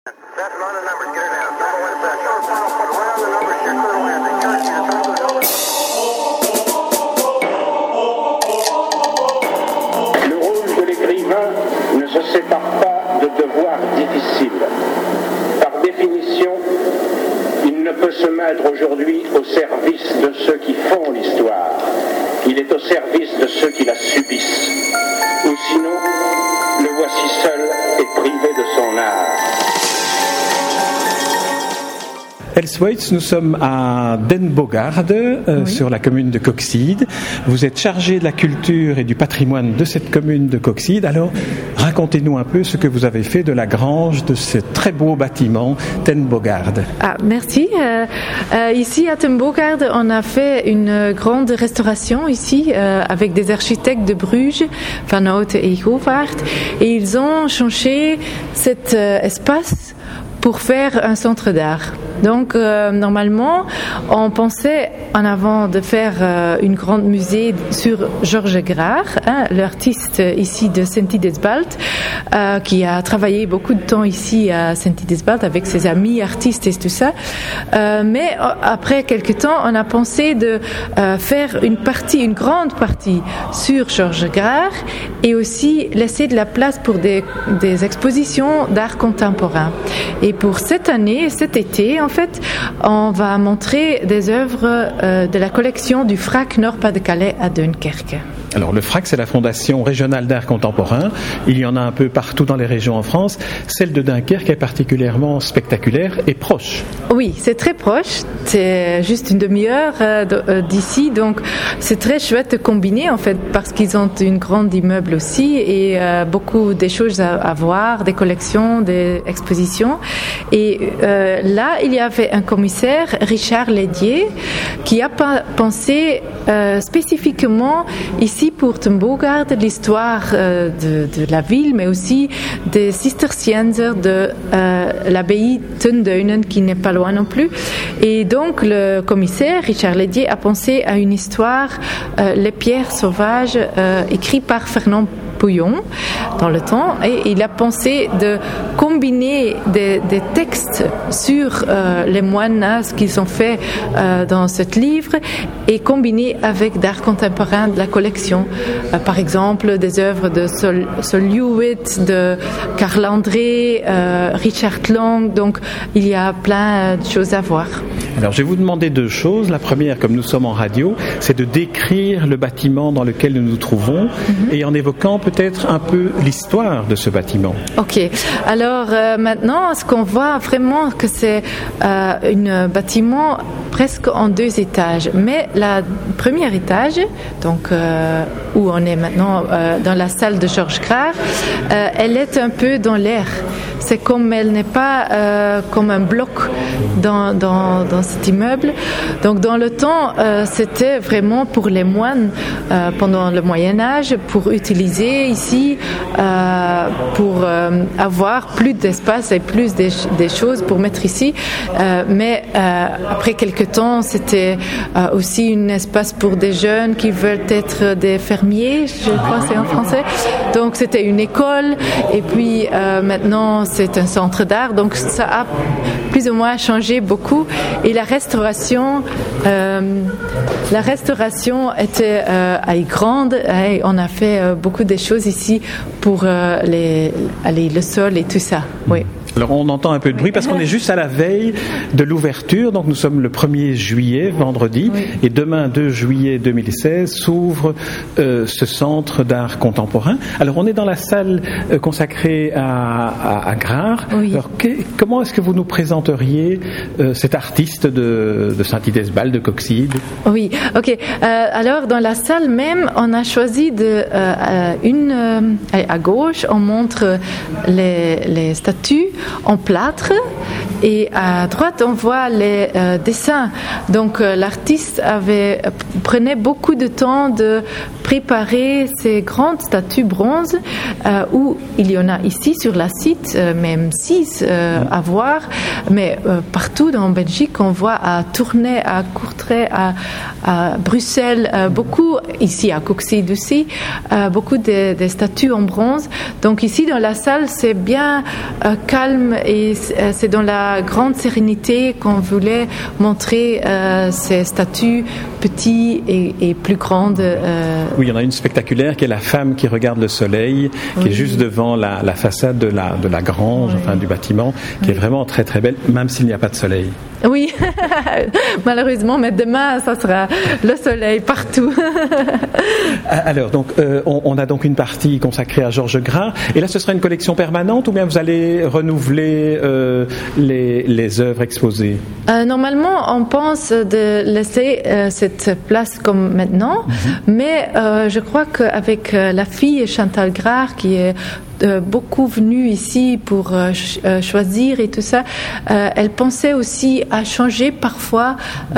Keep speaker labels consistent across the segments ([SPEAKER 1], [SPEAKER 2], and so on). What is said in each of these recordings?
[SPEAKER 1] Le rôle de l'écrivain ne se sépare pas de devoirs difficiles. Par définition, il ne peut se mettre aujourd'hui au service de ceux qui font l'histoire. Il est au service de ceux qui la subissent. Ou sinon, le voici seul et privé de son art.
[SPEAKER 2] Elseweit, nous sommes à Den Bogaerde, sur la commune de Coxyde. Vous êtes chargé de la culture et du patrimoine de cette commune de Coxyde. Alors, racontez-nous un peu ce que vous avez fait de la grange de ce très beau bâtiment Den Bogaerde.
[SPEAKER 3] Merci. Ici à Den Bogaerde, on a fait une grande restauration ici avec des architectes de Bruges, Van Hout et Govaert, et ils ont changé cet espace pour faire un centre d'art. Donc, normalement, on pensait en avant de faire une grande musée sur Georges Graar, l'artiste ici de Sint-Idesbald, qui a travaillé beaucoup de temps ici à Sint-Idesbald avec ses amis artistes et tout ça. Mais après quelques temps, on a pensé de faire une grande partie sur Georges Graar et aussi laisser de la place pour des expositions d'art contemporain. Et pour cette année, cet été, en fait, on va montrer des œuvres de la collection du FRAC Nord-Pas-de-Calais à Dunkerque.
[SPEAKER 2] Alors le FRAC, c'est la Fondation régionale d'art contemporain. Il y en a un peu partout dans les régions en France. Celle de Dunkerque est particulièrement spectaculaire et proche.
[SPEAKER 3] Oui, c'est très proche. C'est juste une demi-heure d'ici. Donc c'est très chouette de combiner en fait parce qu'ils ont une grande immeuble aussi et beaucoup des choses à voir, des collections, des expositions. Et là, il y avait un commissaire, Richard Lédier, qui a pensé spécifiquement ici pour Den Bogaerde l'histoire de la ville, mais aussi des cistercienses de l'abbaye Ten Deunen, qui n'est pas loin non plus. Et donc le commissaire, Richard Lédier, a pensé à une histoire, Les pierres sauvages, écrite par Fernand Pouillon dans le temps, et il a pensé de combiner des textes sur les moines, ce qu'ils ont fait dans ce livre, et combiner avec d'art contemporain de la collection. Par exemple, des œuvres de Sol Lewitt, de Karl André, Richard Long. Donc, il y a plein de choses à voir.
[SPEAKER 2] Alors, je vais vous demander deux choses. La première, comme nous sommes en radio, c'est de décrire le bâtiment dans lequel nous nous trouvons et en évoquant peut-être un peu l'histoire de ce bâtiment.
[SPEAKER 3] Ok. Alors, maintenant, ce qu'on voit vraiment que c'est un bâtiment presque en 2 étages. Mais la première étage, donc où on est maintenant dans la salle de Georges Graar, elle est un peu dans l'air. C'est comme elle n'est pas comme un bloc dans cet immeuble. Donc dans le temps, c'était vraiment pour les moines pendant le Moyen-Âge, pour utiliser ici, pour avoir plus d'espace et plus des choses pour mettre ici. Mais après quelques temps, c'était aussi un espace pour des jeunes qui veulent être des fermiers, je crois c'est en français. Donc c'était une école et puis maintenant c'est un centre d'art. Donc ça a plus ou moins changé beaucoup. Et la restauration était grande. Et on a fait beaucoup de choses ici pour le sol et tout ça. Oui.
[SPEAKER 2] Alors on entend un peu de bruit parce qu'on est juste à la veille de l'ouverture, donc nous sommes le 1er juillet, vendredi, et demain 2 juillet 2016 s'ouvre ce centre d'art contemporain. Alors on est dans la salle consacrée à Graar. Oui. Alors comment est-ce que vous nous présenteriez cet artiste de Sint-Idesbald, de Coxyde? Oui,
[SPEAKER 3] ok. Alors dans la salle même, on a choisi à gauche, on montre les statues en plâtre et à droite on voit les dessins. Donc l'artiste prenait beaucoup de temps de préparer ces grandes statues bronze où il y en a ici sur la site, même 6 à voir, mais partout en Belgique, on voit à Tournai, à Courtrai, à Bruxelles, beaucoup, ici à Coxide aussi, beaucoup de statues en bronze. Donc ici dans la salle, c'est bien calme et c'est dans la grande sérénité qu'on voulait montrer ces statues petites et plus grandes.
[SPEAKER 2] Oui, il y en a une spectaculaire qui est la femme qui regarde le soleil, qui est juste devant la façade de la grange, enfin du bâtiment, qui est vraiment très très belle, même s'il n'y a pas de soleil.
[SPEAKER 3] Oui, malheureusement, mais demain, ça sera le soleil partout.
[SPEAKER 2] Alors, donc, on a donc une partie consacrée à Georges Grard, et là, ce sera une collection permanente, ou bien vous allez renouveler les œuvres exposées?
[SPEAKER 3] Normalement, on pense de laisser cette place comme maintenant, mais je crois qu'avec la fille Chantal Grard, qui est beaucoup venue ici pour choisir et tout ça, elle pensait aussi à changer parfois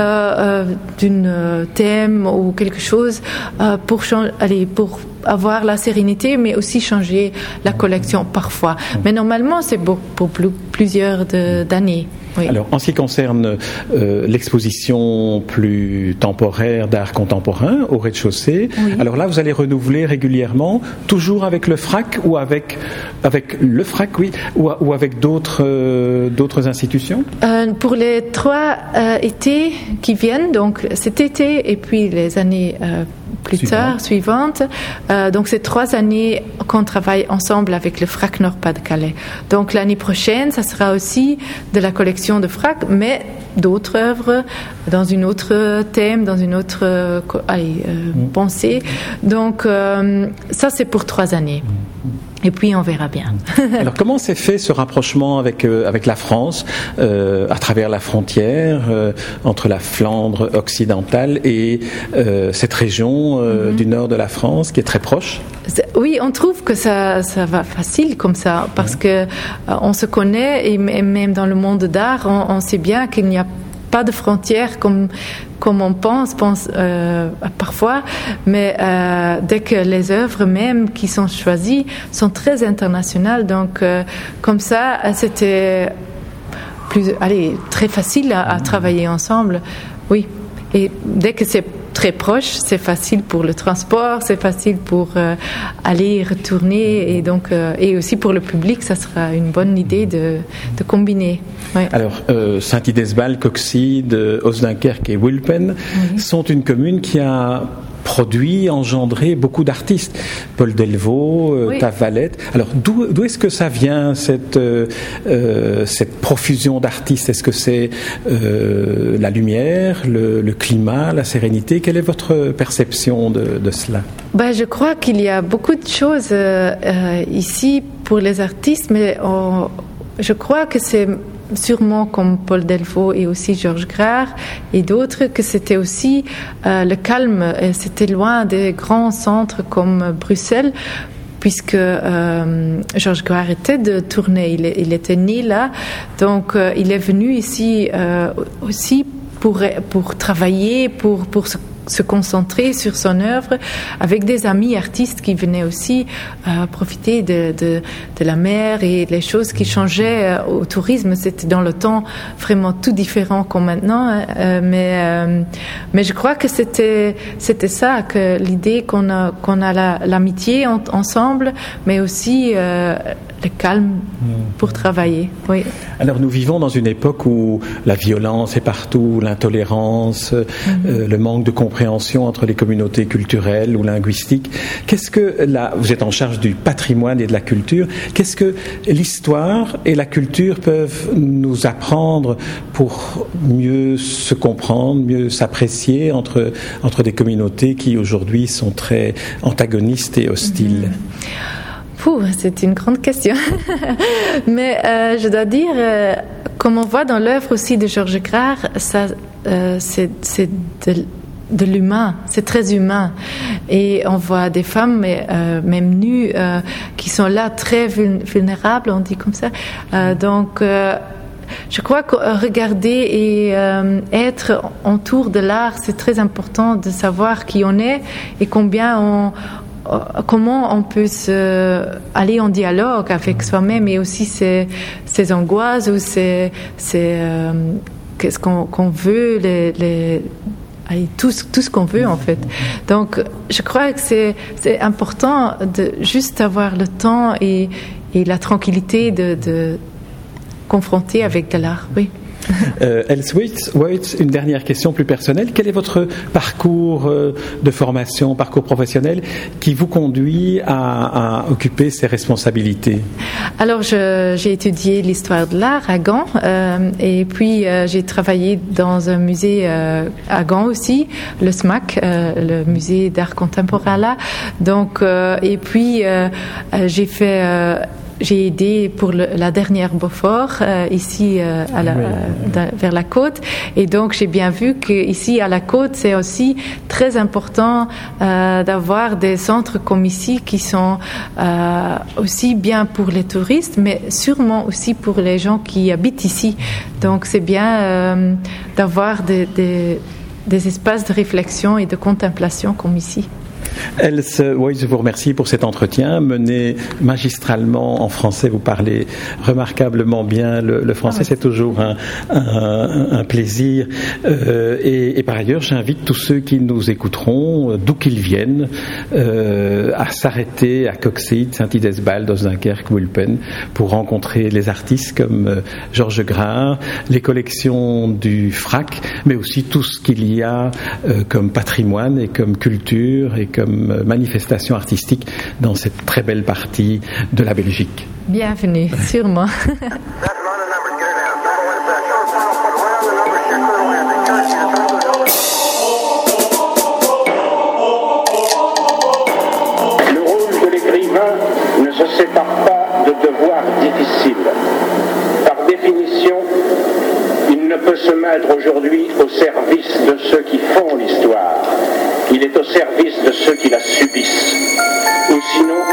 [SPEAKER 3] d'une thème ou quelque chose pour avoir la sérénité, mais aussi changer la collection parfois. Mais normalement, c'est pour plusieurs d'années. Oui.
[SPEAKER 2] Alors, en ce qui concerne l'exposition plus temporaire d'art contemporain au rez-de-chaussée, alors là, vous allez renouveler régulièrement, toujours avec le FRAC ou avec le FRAC, oui, ou avec d'autres institutions?
[SPEAKER 3] Pour les 3 étés qui viennent, donc cet été et puis les années suivantes. Donc, c'est 3 années qu'on travaille ensemble avec le FRAC Nord-Pas-de-Calais. Donc, l'année prochaine, ça sera aussi de la collection de FRAC, mais d'autres œuvres dans une autre thème, dans une autre pensée. Donc, ça, c'est pour 3 années. Et puis on verra bien.
[SPEAKER 2] Alors comment s'est fait ce rapprochement avec la France à travers la frontière entre la Flandre occidentale et cette région du nord de la France qui est très proche?
[SPEAKER 3] Oui, on trouve que ça va facile comme ça parce que on se connaît et même dans le monde d'art, on sait bien qu'il n'y a pas de frontières comme on pense parfois, mais dès que les œuvres même qui sont choisies sont très internationales, donc comme ça, c'était très facile à travailler ensemble. Oui, et dès que c'est très proche, c'est facile pour le transport, c'est facile pour aller et retourner, et donc et aussi pour le public, ça sera une bonne idée de combiner. Ouais.
[SPEAKER 2] Alors, Saint-Idesbal, Coxide, Osdunkerque et Wilpen sont une commune qui a engendré beaucoup d'artistes. Paul Delvaux, Tav Valette. Alors, d'où est-ce que ça vient, cette profusion d'artistes? Est-ce que c'est la lumière, le climat, la sérénité? Quelle est votre perception de cela?
[SPEAKER 3] Je crois qu'il y a beaucoup de choses ici pour les artistes, mais je crois que c'est sûrement comme Paul Delvaux et aussi Georges Grard et d'autres, que c'était aussi le calme. C'était loin des grands centres comme Bruxelles, puisque Georges Grard était de Tournai, il était né là, donc il est venu ici aussi pour travailler, pour se concentrer sur son œuvre avec des amis artistes qui venaient aussi profiter de la mer et les choses qui changeaient au tourisme. C'était dans le temps vraiment tout différent comme maintenant, mais je crois que c'était ça, que l'idée qu'on a l'amitié ensemble, mais aussi le calme pour travailler. Oui.
[SPEAKER 2] Alors nous vivons dans une époque où la violence est partout, l'intolérance, le manque de compréhension entre les communautés culturelles ou linguistiques. Vous êtes en charge du patrimoine et de la culture, qu'est-ce que l'histoire et la culture peuvent nous apprendre pour mieux se comprendre, mieux s'apprécier entre des communautés qui aujourd'hui sont très antagonistes et hostiles?
[SPEAKER 3] C'est une grande question. Mais je dois dire, comme on voit dans l'œuvre aussi de Georges Grard, c'est de l'humain, c'est très humain. Et on voit des femmes, même nues, qui sont là très vulnérables, on dit comme ça. Donc, je crois que regarder et être autour de l'art, c'est très important de savoir qui on est et comment on peut aller en dialogue avec soi-même et aussi ses angoisses ou qu'est-ce qu'on veut, tout ce qu'on veut en fait. Donc je crois que c'est important de juste avoir le temps et la tranquillité de confronter avec de l'art. Oui.
[SPEAKER 2] Else Waits, une dernière question plus personnelle. Quel est votre parcours de formation, parcours professionnel qui vous conduit à occuper ces responsabilités?
[SPEAKER 3] Alors, j'ai étudié l'histoire de l'art à Gand et puis j'ai travaillé dans un musée à Gand aussi, le SMAC, le musée d'art contemporain là. Donc, et puis j'ai aidé pour la dernière Beaufort ici vers la côte, et donc j'ai bien vu qu'ici à la côte c'est aussi très important d'avoir des centres comme ici qui sont aussi bien pour les touristes mais sûrement aussi pour les gens qui habitent ici. Donc c'est bien d'avoir des espaces de réflexion et de contemplation comme ici.
[SPEAKER 2] Else Waits, je vous remercie pour cet entretien mené magistralement en français. Vous parlez remarquablement bien le français, c'est toujours un plaisir. Et par ailleurs, j'invite tous ceux qui nous écouteront, d'où qu'ils viennent, à s'arrêter à Coxide, Saint-Idesbald, Dunkerque, Wulpen, pour rencontrer les artistes comme Georges Grard, les collections du FRAC, mais aussi tout ce qu'il y a comme patrimoine et comme culture et comme manifestation artistique dans cette très belle partie de la Belgique.
[SPEAKER 3] Bienvenue, sûrement.
[SPEAKER 1] Le rôle de l'écrivain ne se sépare pas de devoirs difficiles. Par définition, il ne peut se mettre aujourd'hui au service de ceux qui font l'histoire. Il est au service de ceux qui la subissent, ou sinon